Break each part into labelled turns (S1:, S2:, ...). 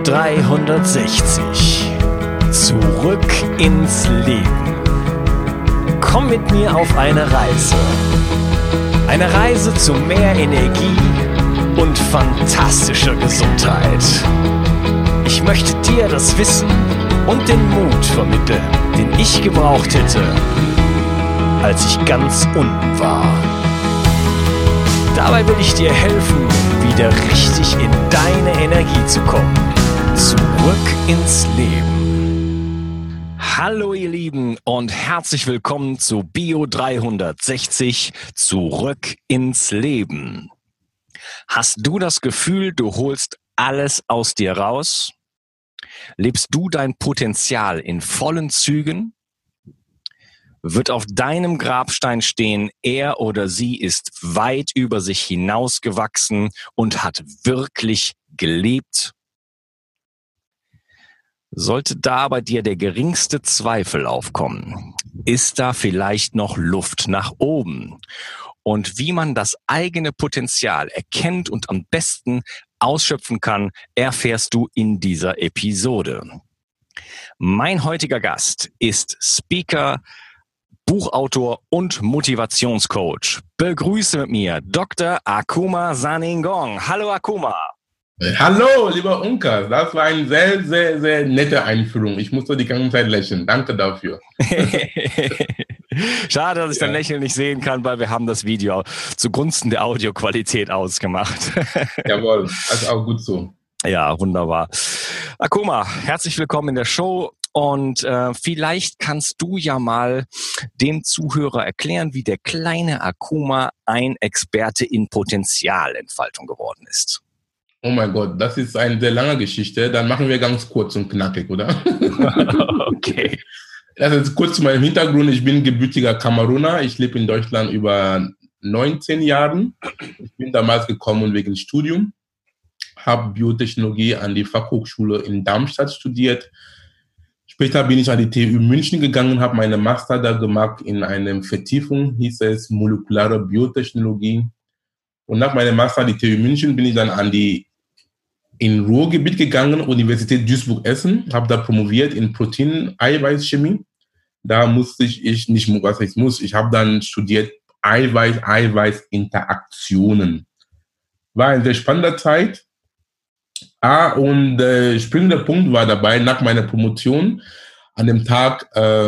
S1: 360. Zurück ins Leben. Komm mit mir auf eine Reise. Eine Reise zu mehr Energie und fantastischer Gesundheit. Ich möchte dir das Wissen und den Mut vermitteln, den ich gebraucht hätte, als ich ganz unten war. Dabei will ich dir helfen, wieder richtig in deine Energie zu kommen. Zurück ins Leben. Hallo ihr Lieben und herzlich willkommen zu Bio 360, Zurück ins Leben. Hast du das Gefühl, du holst alles aus dir raus? Lebst du dein Potenzial in vollen Zügen? Wird auf deinem Grabstein stehen, er oder sie ist weit über sich hinausgewachsen und hat wirklich gelebt? Sollte da bei dir der geringste Zweifel aufkommen, ist da vielleicht noch Luft nach oben? Und wie man das eigene Potenzial erkennt und am besten ausschöpfen kann, erfährst du in dieser Episode. Mein heutiger Gast ist Speaker, Buchautor und Motivationscoach. Begrüße mit mir Dr. Akuma Saningong. Hallo Akuma.
S2: Hallo, lieber Unkas. Das war eine sehr, sehr, sehr nette Einführung. Ich musste die ganze Zeit lächeln. Danke dafür.
S1: Schade, dass ich dein Lächeln nicht sehen kann, weil wir haben das Video zugunsten der Audioqualität ausgemacht.
S2: Jawohl, das ist auch gut so.
S1: Ja, wunderbar. Akuma, herzlich willkommen in der Show. Und vielleicht kannst du ja mal dem Zuhörer erklären, wie der kleine Akuma ein Experte in Potenzialentfaltung geworden ist.
S2: Oh mein Gott, das ist eine sehr lange Geschichte. Dann machen wir ganz kurz und knackig, oder?
S1: Okay.
S2: Das ist kurz zu meinem Hintergrund. Ich bin gebürtiger Kameruner. Ich lebe in Deutschland über 19 Jahren. Ich bin damals gekommen wegen Studium. Habe Biotechnologie an die Fachhochschule in Darmstadt studiert. Später bin ich an die TU München gegangen, habe meine Master da gemacht in einer Vertiefung, hieß es molekulare Biotechnologie. Und nach meinem Master an die TU München bin ich dann in Ruhrgebiet gegangen, Universität Duisburg-Essen, habe da promoviert in Protein-Eiweiß-Chemie. Da musste ich habe dann studiert Eiweiß-Interaktionen. War eine sehr spannende Zeit. Und springender Punkt war dabei, nach meiner Promotion, an dem Tag,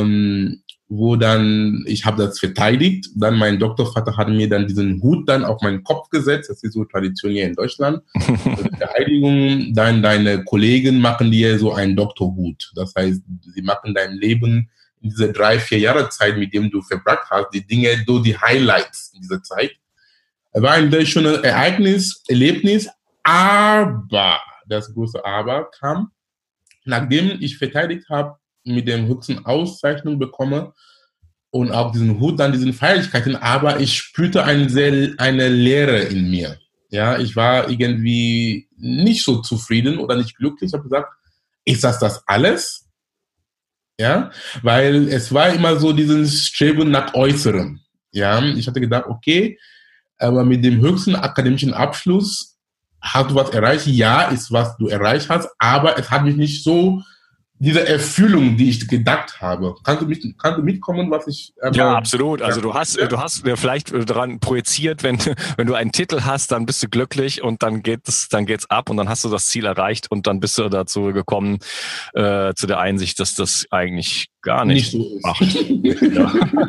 S2: wo dann, ich habe das verteidigt, dann mein Doktorvater hat mir dann diesen Hut dann auf meinen Kopf gesetzt, das ist so Tradition hier in Deutschland, Verteidigung, dann deine Kollegen machen dir so einen Doktorhut, das heißt, sie machen dein Leben in dieser 3-4 Jahre Zeit, mit dem du verbracht hast, die Dinge, so die Highlights in dieser Zeit. Es war ein sehr schönes Erlebnis, aber das große Aber kam, nachdem ich verteidigt habe, mit dem höchsten Auszeichnung bekomme und auch diesen Hut, dann diesen Feierlichkeiten, aber ich spürte eine Leere in mir. Ja, ich war irgendwie nicht so zufrieden oder nicht glücklich. Ich habe gesagt, ist das alles? Ja, weil es war immer so dieses Streben nach Äußerem. Ja, ich hatte gedacht, okay, aber mit dem höchsten akademischen Abschluss hast du was erreicht? Ja, ist was du erreicht hast, aber es hat mich nicht so diese Erfüllung, die ich gedacht habe. Kannst du mitkommen, was ich...
S1: ja, absolut. Also du hast vielleicht daran projiziert, wenn du einen Titel hast, dann bist du glücklich und dann geht's ab und dann hast du das Ziel erreicht und dann bist du dazu gekommen, zu der Einsicht, dass das eigentlich gar nicht
S2: so ist.
S1: Macht. Ja.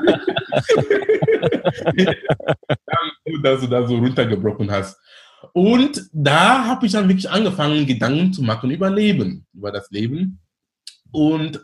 S2: Gut, dass du da so runtergebrochen hast. Und da habe ich dann wirklich angefangen, Gedanken zu machen über das Leben. Und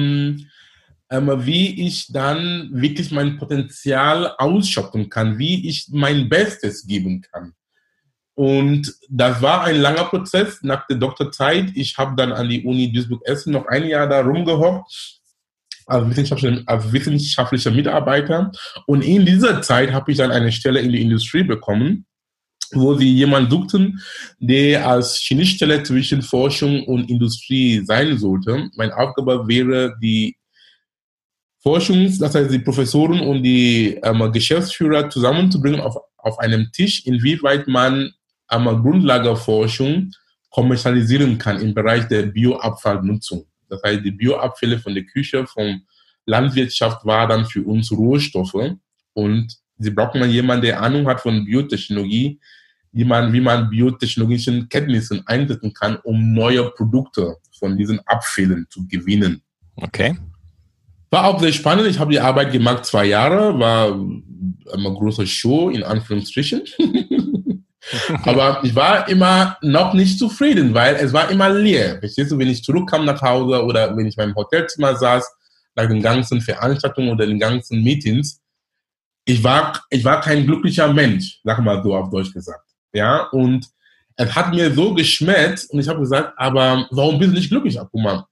S2: wie ich dann wirklich mein Potenzial ausschöpfen kann, wie ich mein Bestes geben kann. Und das war ein langer Prozess nach der Doktorzeit. Ich habe dann an die Uni Duisburg-Essen noch ein Jahr da rumgehockt als wissenschaftlicher Mitarbeiter. Und in dieser Zeit habe ich dann eine Stelle in die Industrie bekommen, wo sie jemanden suchten, der als Schnittstelle zwischen Forschung und Industrie sein sollte. Meine Aufgabe wäre, die das heißt die Professoren und die Geschäftsführer zusammenzubringen auf einem Tisch, inwieweit man Grundlagenforschung kommerzialisieren kann im Bereich der Bioabfallnutzung. Das heißt, die Bioabfälle von der Küche, von Landwirtschaft war dann für uns Rohstoffe und sie brauchen jemanden, der Ahnung hat von Biotechnologie, wie man biotechnologischen Kenntnissen einsetzen kann, um neue Produkte von diesen Abfällen zu gewinnen.
S1: Okay.
S2: War auch sehr spannend. Ich habe die Arbeit gemacht 2 Jahre, war eine große Show, in Anführungsstrichen. Aber ich war immer noch nicht zufrieden, weil es war immer leer. Verstehst du, wenn ich zurückkam nach Hause oder wenn ich in meinem Hotelzimmer saß, nach den ganzen Veranstaltungen oder den ganzen Meetings, ich war kein glücklicher Mensch, sag mal so auf Deutsch gesagt. Ja, und es hat mir so geschmerzt und ich habe gesagt, aber warum bist du nicht glücklich, Akuma?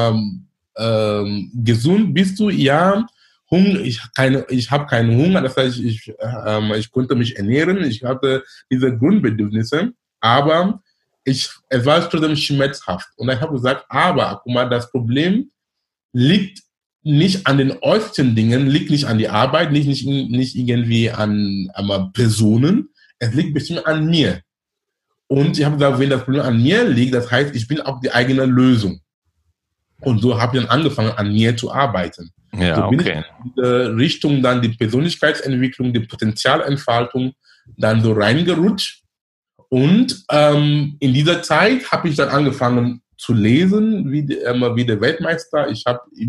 S2: Gesund bist du? Ja. Hunger, ich habe keinen Hunger, das heißt, ich konnte mich ernähren, ich hatte diese Grundbedürfnisse, aber es war trotzdem schmerzhaft. Und ich habe gesagt, aber guck mal, das Problem liegt nicht an den äußeren Dingen, liegt nicht an die Arbeit, nicht irgendwie an Personen, es liegt bestimmt an mir. Und ich habe gesagt, wenn das Problem an mir liegt, das heißt, ich bin auch die eigene Lösung. Und so habe ich dann angefangen, an mir zu arbeiten.
S1: Ja,
S2: so bin
S1: okay.
S2: ich in diese Richtung dann die Persönlichkeitsentwicklung, die Potenzialentfaltung dann so reingerutscht. Und in dieser Zeit habe ich dann angefangen zu lesen, wie der Weltmeister. Ich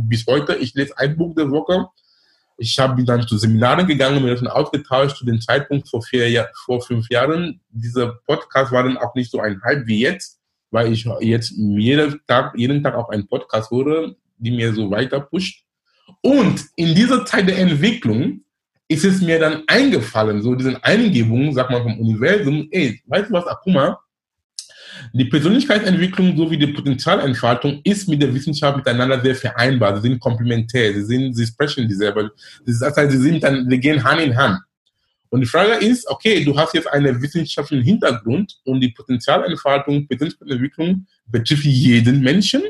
S2: lese ein Buch der Woche. Ich habe dann zu Seminaren gegangen, mir das ausgetauscht zu dem Zeitpunkt vor 5 Jahren. Dieser Podcast war dann auch nicht so ein Hype wie jetzt, weil ich jetzt jeden Tag auch einen Podcast höre, die mir so weiter pusht. Und in dieser Zeit der Entwicklung ist es mir dann eingefallen, so diese Eingebung, sag mal vom Universum, weißt du was, Akuma? Die Persönlichkeitsentwicklung sowie die Potenzialentfaltung ist mit der Wissenschaft miteinander sehr vereinbar. Sie sind komplementär, sie sprechen dieselbe. Das heißt, sie gehen Hand in Hand. Und die Frage ist, okay, du hast jetzt einen wissenschaftlichen Hintergrund und die Potenzialentfaltung, Persönlichkeitsentwicklung betrifft jeden Menschen.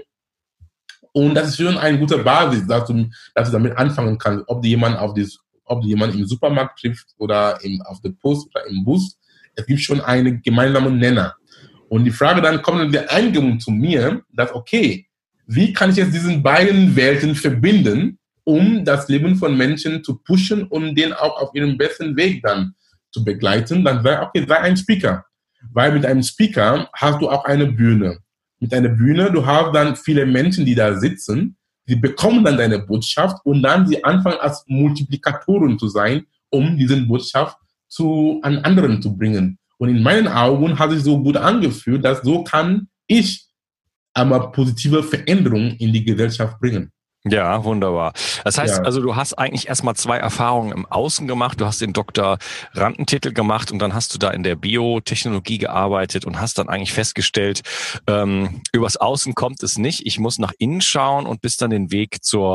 S2: Und das ist schon eine gute Basis, dass du damit anfangen kannst, ob du jemanden im Supermarkt triffst oder auf der Post oder im Bus. Es gibt schon einen gemeinsamen Nenner. Und die Frage dann kommt in der Eingebung zu mir, dass, okay, wie kann ich jetzt diesen beiden Welten verbinden, um das Leben von Menschen zu pushen und den auch auf ihrem besten Weg dann zu begleiten? Dann sei ein Speaker. Weil mit einem Speaker hast du auch eine Bühne. Mit einer Bühne, du hast dann viele Menschen, die da sitzen, die bekommen dann deine Botschaft und dann sie anfangen als Multiplikatoren zu sein, um diese Botschaft an anderen zu bringen. Und in meinen Augen hat sich so gut angefühlt, dass so kann ich aber positive Veränderungen in die Gesellschaft bringen.
S1: Ja, wunderbar. Das heißt, also du hast eigentlich erstmal 2 Erfahrungen im Außen gemacht. Du hast den Doktorandentitel gemacht und dann hast du da in der Biotechnologie gearbeitet und hast dann eigentlich festgestellt, übers Außen kommt es nicht. Ich muss nach innen schauen und bist dann den Weg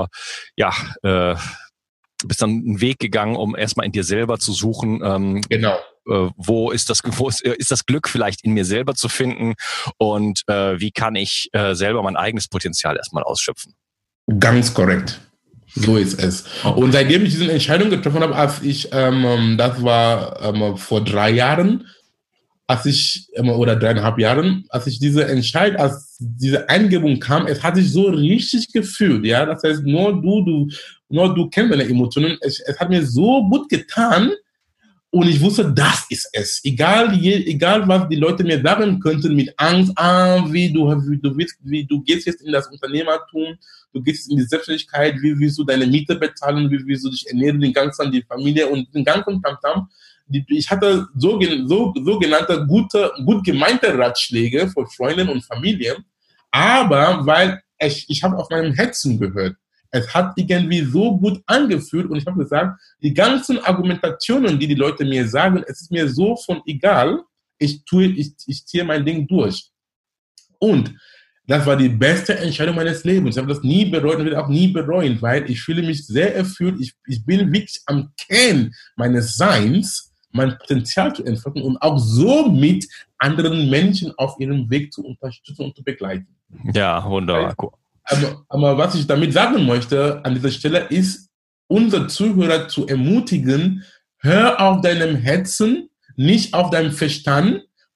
S1: bist dann einen Weg gegangen, um erstmal in dir selber zu suchen.
S2: Genau.
S1: Wo ist das Glück vielleicht in mir selber zu finden und wie kann ich selber mein eigenes Potenzial erstmal ausschöpfen?
S2: Ganz korrekt. So ist es. Und seitdem ich diese Entscheidung getroffen habe, das war vor 3 Jahren, oder 3,5 Jahren, als ich als diese Eingebung kam, es hat sich so richtig gefühlt, ja. Das heißt, nur du kennst deine Emotionen. Es hat mir so gut getan. Und ich wusste, das ist es. Egal was die Leute mir sagen könnten mit Angst, wie du gehst jetzt in das Unternehmertum, du gehst in die Selbstständigkeit, wie willst du deine Miete bezahlen, wie willst du dich ernähren, die Familie und den ganzen Tamtam. Ich hatte sogenannte gut gemeinte Ratschläge von Freunden und Familie, aber weil ich habe auf meinem Herzen gehört. Es hat irgendwie so gut angefühlt und ich habe gesagt, die ganzen Argumentationen, die Leute mir sagen, es ist mir so von egal, ich ziehe mein Ding durch. Und das war die beste Entscheidung meines Lebens. Ich habe das nie bereut und werde auch nie bereuen, weil ich fühle mich sehr erfüllt. Ich bin wirklich am Kern meines Seins, mein Potenzial zu entfalten und auch so mit anderen Menschen auf ihrem Weg zu unterstützen und zu begleiten.
S1: Ja, wunderbar. Cool.
S2: Aber was ich damit sagen möchte an dieser Stelle ist, unsere Zuhörer zu ermutigen, hör auf deinem Herzen, nicht auf deinem Verstand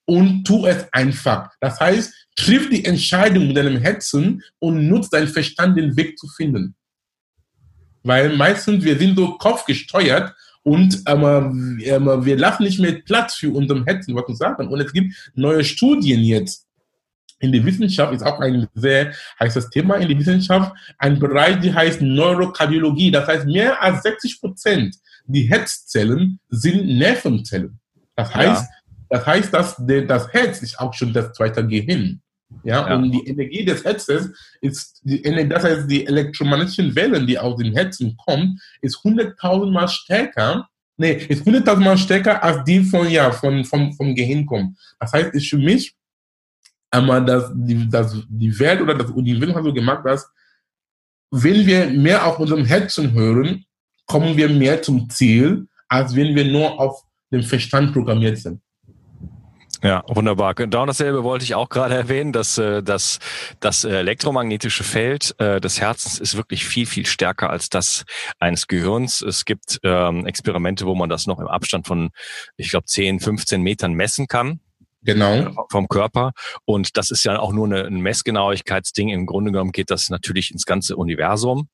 S2: und tu es einfach. Das heißt, triff die Entscheidung mit deinem Herzen und nutz deinen Verstand, den Weg zu finden. Weil meistens wir sind so kopfgesteuert und wir lassen nicht mehr Platz für unserem Herzen, was wir sagen. Und es gibt neue Studien jetzt. In der Wissenschaft ist auch ein sehr heißes Thema in der Wissenschaft, ein Bereich, der heißt Neurokardiologie. Das heißt, mehr als 60% die Herzzellen sind Nervenzellen. Das heißt, dass das Herz ist auch schon das zweite Gehirn. Ja, und die Energie des Herzens ist, das heißt, die elektromagnetischen Wellen, die aus dem Herzen kommen, ist 100.000 Mal stärker, ist 100.000 Mal stärker als die vom Gehirn kommen. Das heißt, ist für mich, dass die Welt oder das Universum hat so gemacht, dass wenn wir mehr auf unserem Herzen hören, kommen wir mehr zum Ziel, als wenn wir nur auf dem Verstand programmiert sind.
S1: Ja, wunderbar. Genau dasselbe wollte ich auch gerade erwähnen, dass das elektromagnetische Feld des Herzens ist wirklich viel, viel stärker als das eines Gehirns. Es gibt Experimente, wo man das noch im Abstand von, ich glaube, 10, 15 Metern messen kann.
S2: Genau.
S1: Vom Körper. Und das ist ja auch nur ein Messgenauigkeitsding. Im Grunde genommen geht das natürlich ins ganze Universum.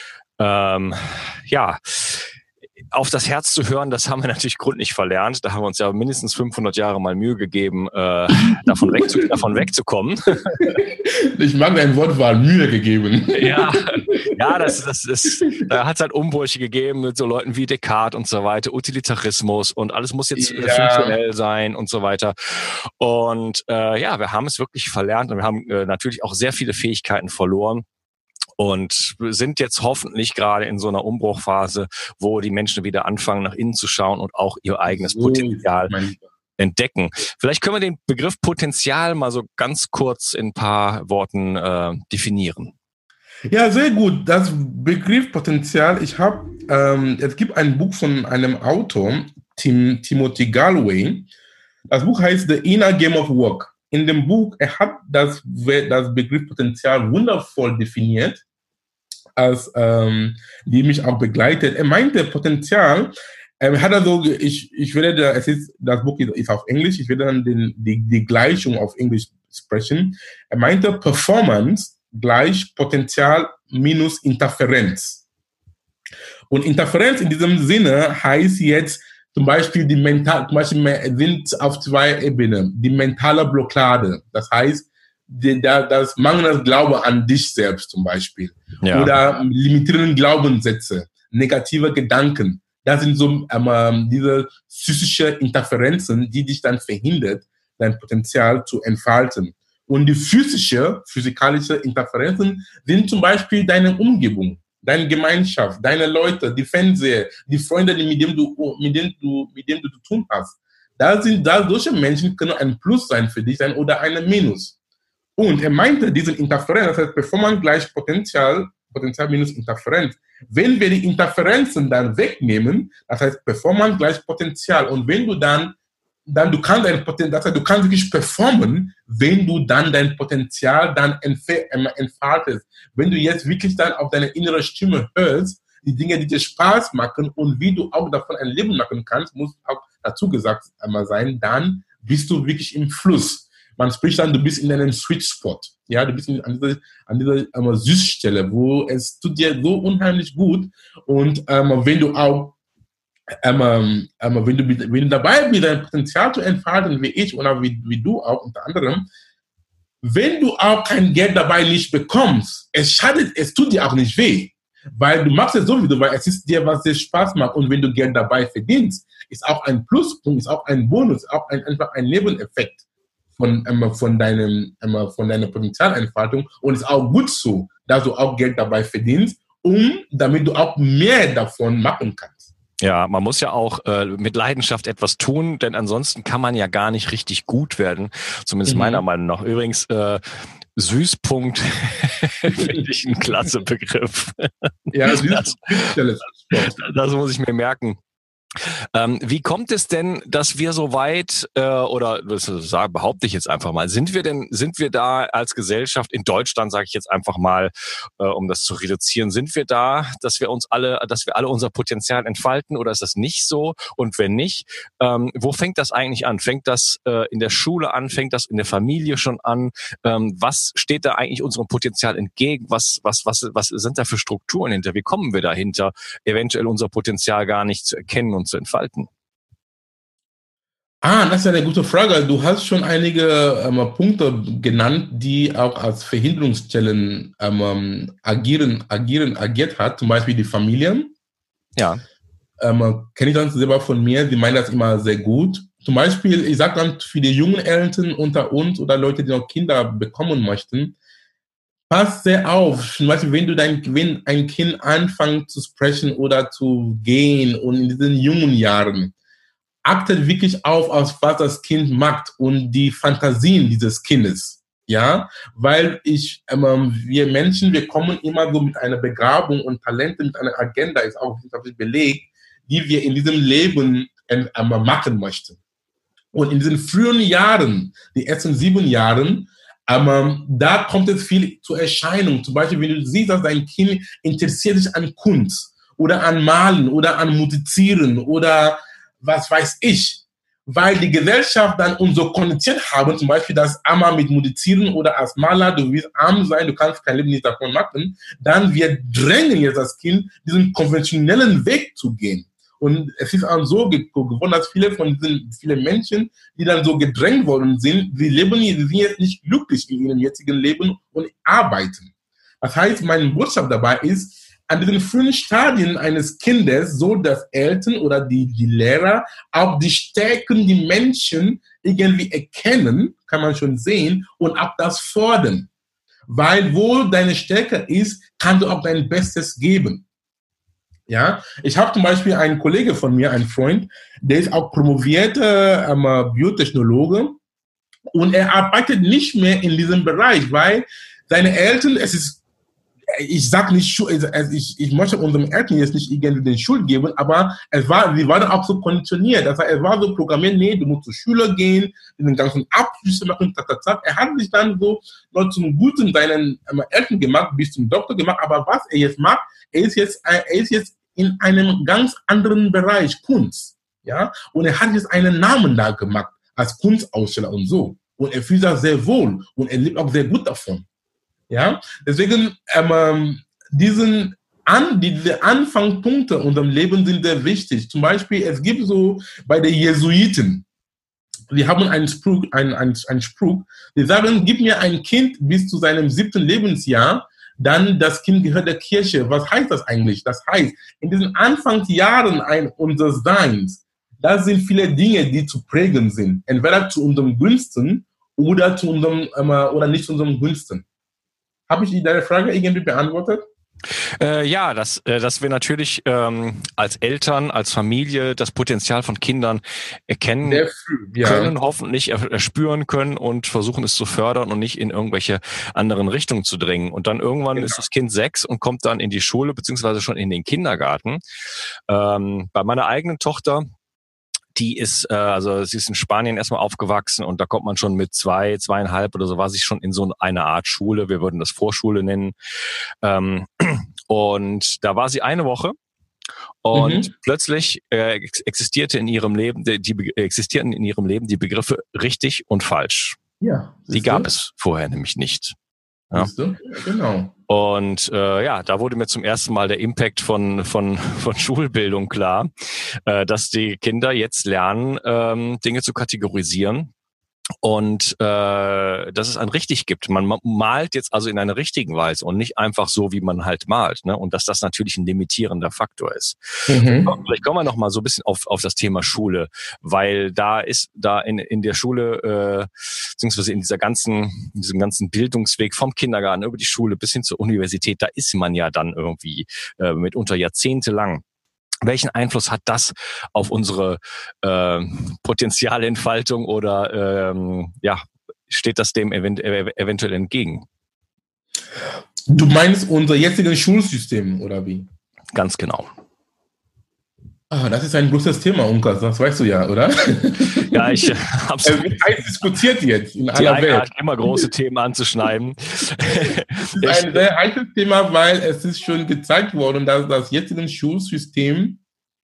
S1: Auf das Herz zu hören, das haben wir natürlich gründlich verlernt. Da haben wir uns ja mindestens 500 Jahre mal Mühe gegeben, davon wegzukommen.
S2: Ich mag dein Wortwahl, Mühe gegeben.
S1: Ja, das ist, da hat es halt Umbrüche gegeben mit so Leuten wie Descartes und so weiter, Utilitarismus und alles muss jetzt funktionell sein und so weiter. Und wir haben es wirklich verlernt und wir haben natürlich auch sehr viele Fähigkeiten verloren. Und sind jetzt hoffentlich gerade in so einer Umbruchphase, wo die Menschen wieder anfangen, nach innen zu schauen und auch ihr eigenes Potenzial entdecken. Vielleicht können wir den Begriff Potenzial mal so ganz kurz in ein paar Worten definieren.
S2: Ja, sehr gut. Das Begriff Potenzial, es gibt ein Buch von einem Autor, Timothy Gallwey. Das Buch heißt The Inner Game of Work. In dem Buch, er hat das Begriff Potenzial wundervoll definiert, die mich auch begleitet. Er meinte Potenzial, das Buch ist auf Englisch, ich werde dann die Gleichung auf Englisch sprechen. Er meinte Performance gleich Potenzial minus Interferenz. Und Interferenz in diesem Sinne heißt jetzt zum Beispiel sind auf 2 Ebenen. Die mentale Blockade, das heißt, das mangelnde Glaube an dich selbst zum Beispiel. Ja. Oder limitierende Glaubenssätze, negative Gedanken. Das sind so diese psychische Interferenzen, die dich dann verhindert, dein Potenzial zu entfalten. Und die physikalische Interferenzen sind zum Beispiel deine Umgebung, deine Gemeinschaft, deine Leute, die Fernseher, die Freunde, mit denen du zu tun hast. Solche Menschen können ein Plus sein für dich sein oder ein Minus. Und er meinte, diese Interferenz, das heißt Performance gleich Potenzial minus Interferenz. Wenn wir die Interferenzen dann wegnehmen, das heißt Performance gleich Potenzial. Und wenn du du kannst wirklich performen, wenn du dann dein Potenzial dann entfaltest. Wenn du jetzt wirklich dann auf deine innere Stimme hörst, die Dinge, die dir Spaß machen und wie du auch davon ein Leben machen kannst, muss auch dazu gesagt einmal sein, dann bist du wirklich im Fluss. Man spricht dann, du bist in einem Sweet Spot. Ja, du bist an dieser Süßstelle, wo es tut dir so unheimlich gut. Und wenn du auch wenn du dabei bist, dein Potenzial zu entfalten, wie ich oder wie du auch unter anderem, wenn du auch kein Geld dabei nicht bekommst, es tut dir auch nicht weh, weil du machst es sowieso, weil es ist dir, was dir Spaß macht, und wenn du Geld dabei verdienst, ist auch ein Pluspunkt, ist auch ein Bonus, auch einfach ein Nebeneffekt von deiner Potenzialentfaltung, und ist auch gut so, dass du auch Geld dabei verdienst, damit du auch mehr davon machen kannst.
S1: Ja, man muss ja auch mit Leidenschaft etwas tun, denn ansonsten kann man ja gar nicht richtig gut werden, zumindest meiner Meinung nach. Übrigens, Süßpunkt finde ich ein klasse Begriff.
S2: Ja,
S1: das muss ich mir merken. Wie kommt es denn, dass wir so weit, oder das behaupte ich jetzt einfach mal, sind wir da als Gesellschaft in Deutschland, sage ich jetzt einfach mal, um das zu reduzieren, sind wir da, dass wir alle unser Potenzial entfalten, oder ist das nicht so? Und wenn nicht, wo fängt das eigentlich an? Fängt das in der Schule an? Fängt das in der Familie schon an? Was steht da eigentlich unserem Potenzial entgegen? Was sind da für Strukturen hinter? Wie kommen wir dahinter, eventuell unser Potenzial gar nicht zu erkennen und zu entfalten?
S2: Das ist eine gute Frage. Du hast schon einige Punkte genannt, die auch als Verhinderungsstellen agiert hat. Zum Beispiel die Familie.
S1: Ja.
S2: Kenne ich dann selber von mir, die meinen das immer sehr gut. Zum Beispiel, ich sage dann für die jungen Eltern unter uns oder Leute, die noch Kinder bekommen möchten, pass sehr auf. Zum Beispiel, wenn ein Kind anfängt zu sprechen oder zu gehen und in diesen jungen Jahren, achtet wirklich auf was das Kind macht und die Fantasien dieses Kindes. Ja, weil wir Menschen, wir kommen immer so mit einer Begabung und Talente, mit einer Agenda, ist auch wissenschaftlich belegt, die wir in diesem Leben machen möchten. Und in diesen frühen Jahren, die ersten 7 Jahren, da kommt es viel zur Erscheinung. Zum Beispiel, wenn du siehst, dass dein Kind interessiert sich an Kunst oder an Malen oder an Musizieren oder was weiß ich, weil die Gesellschaft dann uns so konditioniert haben, zum Beispiel das Armer mit Musizieren oder als Maler, du willst arm sein, du kannst kein Leben nicht davon machen, dann wir drängen jetzt das Kind, diesen konventionellen Weg zu gehen. Und es ist auch so geworden, dass viele Menschen, die dann so gedrängt worden sind, sie sind jetzt nicht glücklich in ihrem jetzigen Leben und arbeiten. Das heißt, meine Botschaft dabei ist, an diesen frühen Stadien eines Kindes, so dass Eltern oder die Lehrer auch die Stärken, die Menschen irgendwie erkennen, kann man schon sehen, und auch das fordern. Weil wo deine Stärke ist, kannst du auch dein Bestes geben. Ja, ich habe zum Beispiel einen Kollege von mir, einen Freund, der ist auch promovierter Biotechnologe und er arbeitet nicht mehr in diesem Bereich, weil seine Eltern, ich sag nicht, ich möchte unseren Eltern jetzt nicht irgendwie den Schuld geben, aber sie waren auch so konditioniert. Das heißt, er war so programmiert, nee, du musst zur Schule gehen, den ganzen Abschlüsse machen, Er hat sich dann so noch zum Guten seinen Eltern gemacht, bis zum Doktor gemacht, aber was er jetzt macht, er ist jetzt in einem ganz anderen Bereich, Kunst, ja, und er hat jetzt einen Namen da gemacht, als Kunstaussteller und so. Und er fühlt sich sehr wohl und er lebt auch sehr gut davon. Ja, deswegen diese Anfangspunkte in unserem Leben sind sehr wichtig. Zum Beispiel, es gibt so bei den Jesuiten, die haben einen Spruch, die sagen, gib mir ein Kind bis zu seinem 7. Lebensjahr, dann das Kind gehört der Kirche. Was heißt das eigentlich? Das heißt, in diesen Anfangsjahren unseres Seins, da sind viele Dinge, die zu prägen sind. Entweder zu unserem Gunsten oder oder nicht zu unserem Gunsten. Habe ich deine Frage irgendwie beantwortet?
S1: Ja, dass wir natürlich als Eltern, als Familie das Potenzial von Kindern erkennen können, hoffentlich erspüren können und versuchen es zu fördern und nicht in irgendwelche anderen Richtungen zu drängen. Und dann irgendwann ist das Kind 6 und kommt dann in die Schule beziehungsweise schon in den Kindergarten. Bei meiner eigenen Tochter, sie ist in Spanien erstmal aufgewachsen und da kommt man schon mit 2,5 oder so, war sie schon in so einer Art Schule, wir würden das Vorschule nennen. Und da war sie eine Woche und plötzlich existierten in ihrem Leben die Begriffe richtig und falsch.
S2: Ja.
S1: Die gab es vorher nämlich nicht. Ja.
S2: Genau.
S1: Und da wurde mir zum ersten Mal der Impact von Schulbildung klar, dass die Kinder jetzt lernen, Dinge zu kategorisieren und dass es ein richtig gibt. Man malt jetzt also in einer richtigen Weise und nicht einfach so, wie man halt malt, ne? Und dass das natürlich ein limitierender Faktor ist. Vielleicht kommen wir noch mal so ein bisschen auf das Thema Schule, weil da in der Schule beziehungsweise in diesem ganzen Bildungsweg vom Kindergarten über die Schule bis hin zur Universität, da ist man ja dann irgendwie mitunter jahrzehntelang. Welchen Einfluss hat das auf unsere Potenzialentfaltung oder steht das dem eventuell entgegen?
S2: Du meinst unser jetziges Schulsystem oder wie?
S1: Ganz genau.
S2: Das ist ein großes Thema, Unkas, das weißt du ja, oder?
S1: Ja, ich habe
S2: es wird heiß diskutiert jetzt in aller
S1: Welt.
S2: Welt.
S1: Hat immer große Themen anzuschneiden.
S2: Es ist ein sehr heikles Thema, weil es ist schon gezeigt worden, dass das jetzige Schulsystem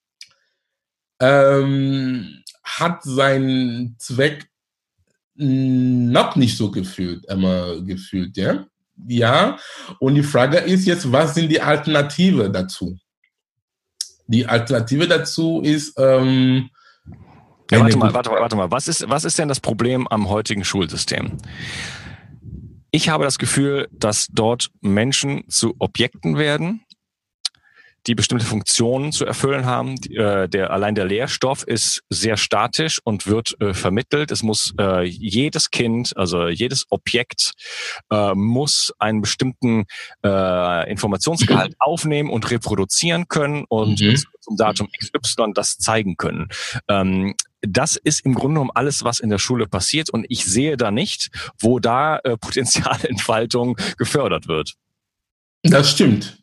S2: hat seinen Zweck noch nicht so gefühlt, ja. Ja, und die Frage ist jetzt, was sind die Alternative dazu? Die Alternative dazu ist.
S1: Ja, warte mal. Was ist denn das Problem am heutigen Schulsystem? Ich habe das Gefühl, dass dort Menschen zu Objekten werden, die bestimmte Funktionen zu erfüllen haben. Allein der Lehrstoff ist sehr statisch und wird vermittelt. Es muss jedes Kind, also jedes Objekt, muss einen bestimmten Informationsgehalt aufnehmen und reproduzieren können und zum Datum XY das zeigen können. Das ist im Grunde genommen alles, was in der Schule passiert, und ich sehe da nicht, wo da Potenzialentfaltung gefördert wird.
S2: Das stimmt.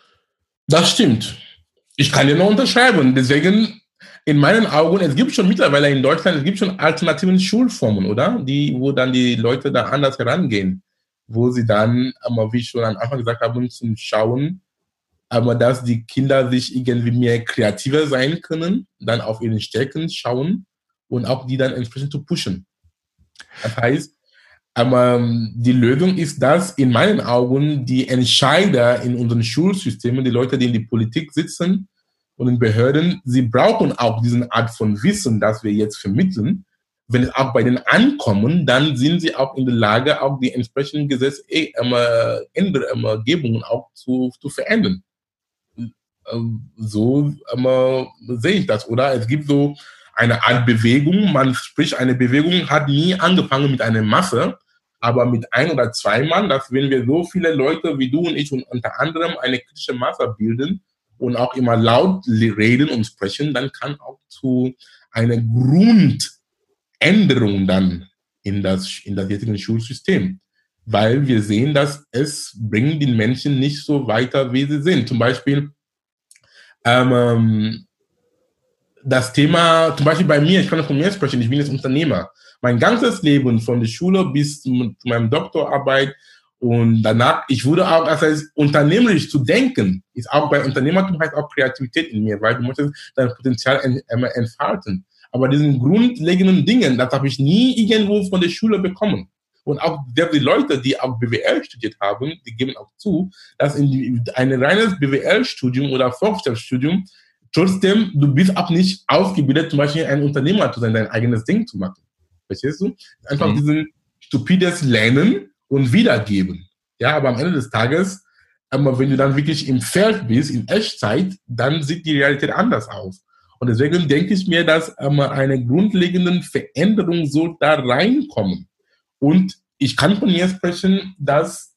S2: Ich kann dir nur unterschreiben. Deswegen, in meinen Augen, es gibt schon mittlerweile in Deutschland, es gibt schon alternativen Schulformen, oder? Wo dann die Leute da anders herangehen. Wo sie dann, wie ich schon am Anfang gesagt habe, zum Schauen, aber dass die Kinder sich irgendwie mehr kreativer sein können, dann auf ihren Stärken schauen und auch die dann entsprechend zu pushen. Das heißt, aber die Lösung ist, dass in meinen Augen die Entscheider in unseren Schulsystemen, die Leute, die in die Politik sitzen und in Behörden, sie brauchen auch diese Art von Wissen, das wir jetzt vermitteln. Wenn es auch bei denen ankommen, dann sind sie auch in der Lage, auch die entsprechenden Gesetzgebungen auch zu verändern. So sehe ich das, oder? Es gibt so eine Art Bewegung, eine Bewegung hat nie angefangen mit einer Masse, aber mit 1 oder 2 Mann, dass wenn wir so viele Leute wie du und ich und unter anderem eine kritische Masse bilden und auch immer laut reden und sprechen, dann kann auch zu einer Grundänderung dann in das jetzige Schulsystem. Weil wir sehen, dass es bringt die Menschen nicht so weiter, wie sie sind. Zum Beispiel das Thema, zum Beispiel bei mir, ich kann von mir sprechen, ich bin jetzt Unternehmer. Mein ganzes Leben, von der Schule bis zu meiner Doktorarbeit und danach, ich wurde auch, das heißt, unternehmerisch zu denken, ist auch bei Unternehmertum heißt auch Kreativität in mir, weil du möchtest dein Potenzial entfalten. Aber diesen grundlegenden Dingen, das habe ich nie irgendwo von der Schule bekommen. Und auch die Leute, die auch BWL studiert haben, die geben auch zu, dass in ein reines BWL-Studium oder Volkswirtschaftsstudium trotzdem, du bist auch nicht ausgebildet, zum Beispiel ein Unternehmer zu sein, dein eigenes Ding zu machen. Verstehst du? Einfach diesen stupides Lernen und Wiedergeben. Ja, aber am Ende des Tages, wenn du dann wirklich im Feld bist, in Echtzeit, dann sieht die Realität anders aus. Und deswegen denke ich mir, dass eine grundlegende Veränderung soll da reinkommen. Und ich kann von mir sprechen, dass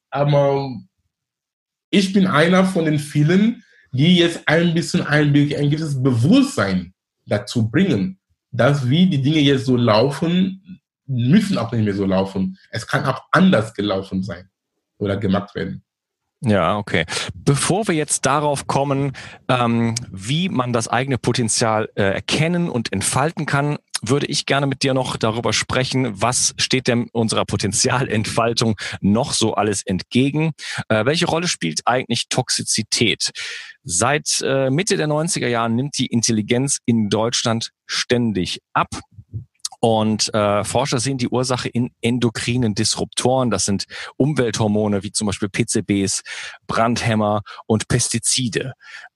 S2: ich bin einer von den vielen, die jetzt ein gewisses Bewusstsein dazu bringen, dass wie die Dinge jetzt so laufen, müssen auch nicht mehr so laufen. Es kann auch anders gelaufen sein oder gemacht werden.
S1: Ja, okay. Bevor wir jetzt darauf kommen, wie man das eigene Potenzial erkennen und entfalten kann, würde ich gerne mit dir noch darüber sprechen, was steht denn unserer Potenzialentfaltung noch so alles entgegen? Welche Rolle spielt eigentlich Toxizität? Seit Mitte der 90er Jahre nimmt die Intelligenz in Deutschland ständig ab. Und Forscher sehen die Ursache in endokrinen Disruptoren. Das sind Umwelthormone wie zum Beispiel PCBs, Brandhämmer und Pestizide.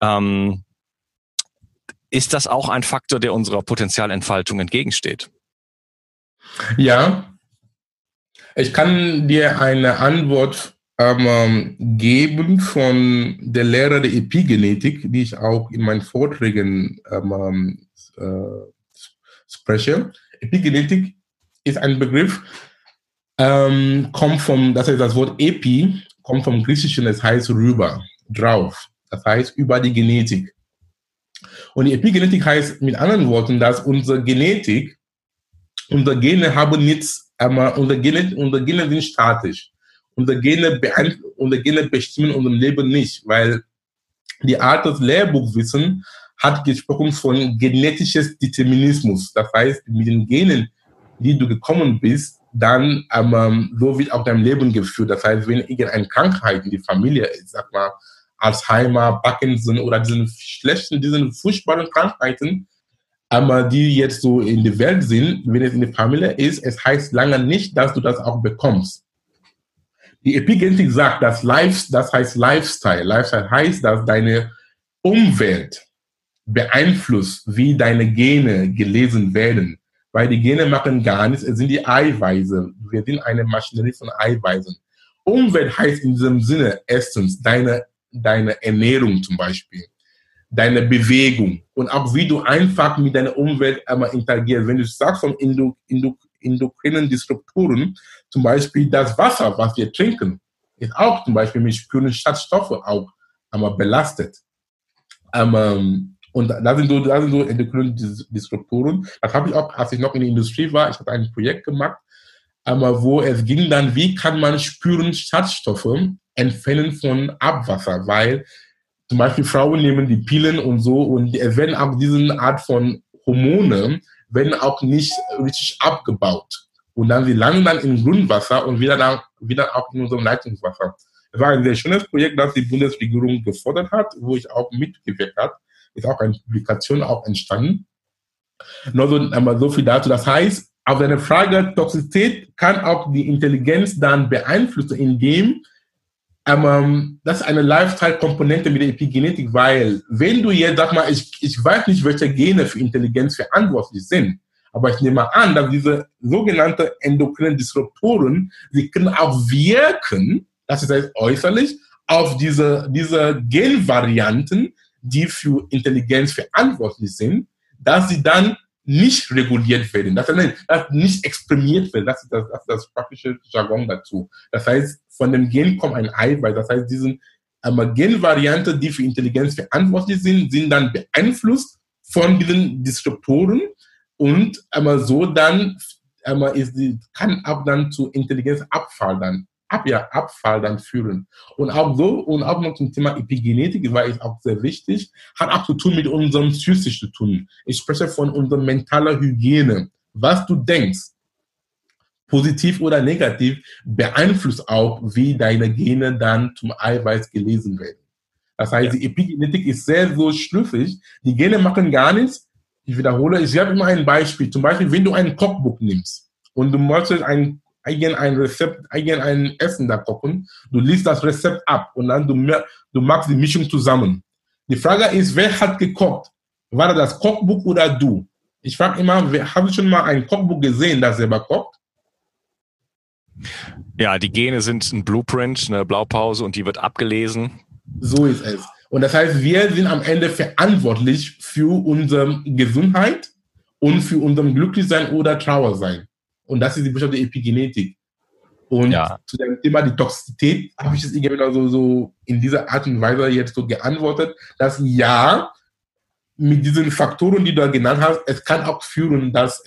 S1: Ist das auch ein Faktor, der unserer Potenzialentfaltung entgegensteht?
S2: Ja, ich kann dir eine Antwort geben von der Lehrer der Epigenetik, die ich auch in meinen Vorträgen spreche. Epigenetik ist ein Begriff, kommt vom, das heißt, das Wort Epi kommt vom Griechischen, das heißt rüber, drauf, das heißt über die Genetik. Und die Epigenetik heißt mit anderen Worten, dass unsere Gene haben nichts, unsere Gene sind statisch. Unsere Gene bestimmen unser Leben nicht, weil die Art des Lehrbuchwissen hat gesprochen von genetisches Determinismus. Das heißt, mit den Genen, die du gekommen bist, dann so wird auch dein Leben geführt. Das heißt, wenn irgendeine Krankheit in die Familie ist, sag mal Alzheimer, Parkinson oder diesen furchtbaren Krankheiten, die jetzt so in der Welt sind, wenn es in der Familie ist, es heißt lange nicht, dass du das auch bekommst. Die Epigenetik sagt, das heißt Lifestyle. Lifestyle heißt, dass deine Umwelt beeinflusst, wie deine Gene gelesen werden. Weil die Gene machen gar nichts, es sind die Eiweiße. Wir sind eine Maschinerie von Eiweißen. Umwelt heißt in diesem Sinne erstens deine Ernährung zum Beispiel, deine Bewegung und auch wie du einfach mit deiner Umwelt interagierst. Wenn du sagst von endokrinen Disruptoren, zum Beispiel das Wasser, was wir trinken, ist auch zum Beispiel mit puren Schadstoffen auch belastet. Und da sind so endokrine Disruptoren. Das habe ich auch, als ich noch in der Industrie war, ich habe ein Projekt gemacht, wo es ging dann, wie kann man spüren Schadstoffe entfernen von Abwasser, weil zum Beispiel Frauen nehmen die Pillen und so und es werden auch diese Art von Hormone werden auch nicht richtig abgebaut. Und dann sie landen dann im Grundwasser und wieder auch in unserem Leitungswasser. Es war ein sehr schönes Projekt, das die Bundesregierung gefordert hat, wo ich auch mitgewirkt habe. Ist auch eine Publikation auch entstanden. Nur so viel dazu. Das heißt, auf deine Frage, Toxizität kann auch die Intelligenz dann beeinflussen, indem das ist eine Lifestyle-Komponente mit der Epigenetik, weil wenn du jetzt, sag mal, ich weiß nicht, welche Gene für Intelligenz verantwortlich sind, aber ich nehme an, dass diese sogenannten endokrinen Disruptoren, sie können auch wirken, das heißt äußerlich, auf diese Genvarianten, die für Intelligenz verantwortlich sind, dass sie dann nicht reguliert werden, dass nicht exprimiert wird. Das ist das praktische Jargon dazu. Das heißt, von dem Gen kommt ein Eiweiß. Das heißt, diese Genvarianten, die für Intelligenz verantwortlich sind dann beeinflusst von diesen Disruptoren und so dann kann auch dann zu Intelligenzabfall dann führen. Und auch noch zum Thema Epigenetik, weil es auch sehr wichtig, hat auch zu tun mit unserem Psychisch zu tun. Ich spreche von unserer mentalen Hygiene. Was du denkst, positiv oder negativ, beeinflusst auch, wie deine Gene dann zum Eiweiß gelesen werden. Das heißt, Die Epigenetik ist sehr so schlüssig. Die Gene machen gar nichts. Ich wiederhole, ich habe immer ein Beispiel. Zum Beispiel, wenn du ein Kochbuch nimmst und du möchtest ein Rezept, ein Essen da kochen, du liest das Rezept ab und dann du machst die Mischung zusammen. Die Frage ist, wer hat gekocht? War das Kochbuch oder du? Ich frage immer, habe ich schon mal ein Kochbuch gesehen, das selber kocht?
S1: Ja, die Gene sind ein Blueprint, eine Blaupause und die wird abgelesen.
S2: So ist es. Und das heißt, wir sind am Ende verantwortlich für unsere Gesundheit und für unser Glücklichsein oder Trauersein. Und das ist die Botschaft der Epigenetik. Und zu dem Thema die Toxizität habe ich es irgendwie so in dieser Art und Weise jetzt so geantwortet, dass mit diesen Faktoren, die du genannt hast, es kann auch führen, dass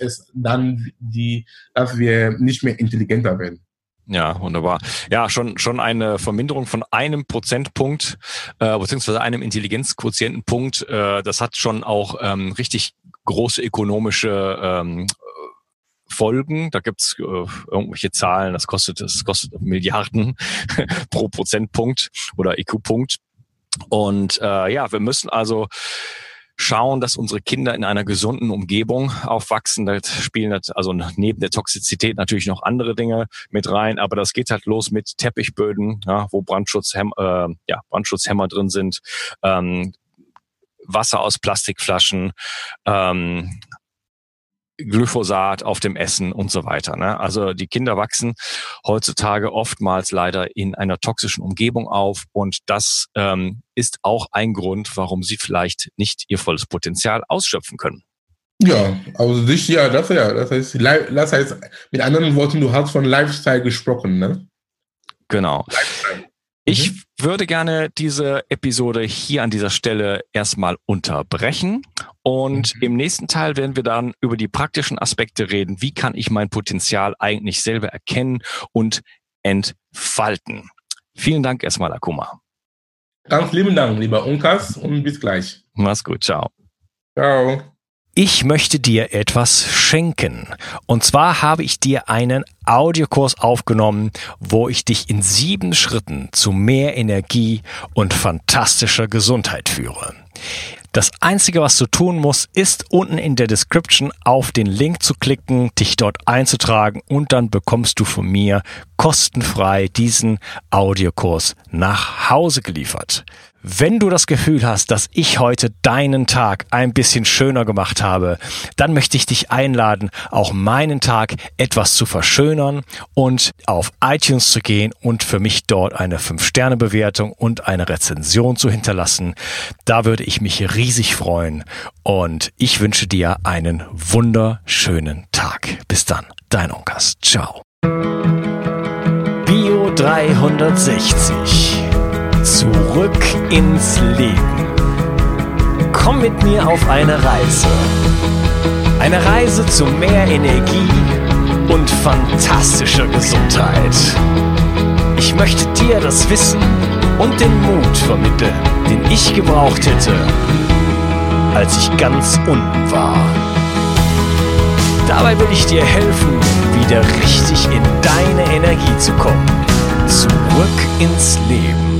S2: wir nicht mehr intelligenter werden.
S1: Ja, wunderbar. Ja, schon eine Verminderung von einem Prozentpunkt, beziehungsweise einem Intelligenzquotientenpunkt, das hat schon auch richtig große ökonomische Folgen. Da gibt's irgendwelche Zahlen, das kostet Milliarden pro Prozentpunkt oder IQ-Punkt. Und wir müssen also schauen, dass unsere Kinder in einer gesunden Umgebung aufwachsen. Da spielen also neben der Toxizität natürlich noch andere Dinge mit rein, aber das geht halt los mit Teppichböden, wo Brandschutzhämmer drin sind, Wasser aus Plastikflaschen, Glyphosat auf dem Essen und so weiter. Ne? Also die Kinder wachsen heutzutage oftmals leider in einer toxischen Umgebung auf und das ist auch ein Grund, warum sie vielleicht nicht ihr volles Potenzial ausschöpfen können.
S2: Ja, also das heißt, mit anderen Worten, du hast von Lifestyle gesprochen, ne?
S1: Genau. Lifestyle. Ich würde gerne diese Episode hier an dieser Stelle erstmal unterbrechen und im nächsten Teil werden wir dann über die praktischen Aspekte reden. Wie kann ich mein Potenzial eigentlich selber erkennen und entfalten? Vielen Dank erstmal, Akuma.
S2: Ganz lieben Dank, lieber Unkas, und bis gleich.
S1: Mach's gut, ciao.
S2: Ciao.
S1: Ich möchte dir etwas schenken. Und zwar habe ich dir einen Audiokurs aufgenommen, wo ich dich in 7 Schritten zu mehr Energie und fantastischer Gesundheit führe. Das Einzige, was du tun musst, ist unten in der Description auf den Link zu klicken, dich dort einzutragen und dann bekommst du von mir kostenfrei diesen Audiokurs nach Hause geliefert. Wenn du das Gefühl hast, dass ich heute deinen Tag ein bisschen schöner gemacht habe, dann möchte ich dich einladen, auch meinen Tag etwas zu verschönern und auf iTunes zu gehen und für mich dort eine 5-Sterne-Bewertung und eine Rezension zu hinterlassen. Da würde ich mich riesig freuen und ich wünsche dir einen wunderschönen Tag. Bis dann, dein Unkas. Ciao. Bio 360. Zurück ins Leben. Komm mit mir auf eine Reise. Eine Reise zu mehr Energie und fantastischer Gesundheit. Ich möchte dir das Wissen und den Mut vermitteln, den ich gebraucht hätte, als ich ganz unten war. Dabei will ich dir helfen, wieder richtig in deine Energie zu kommen. Zurück ins Leben.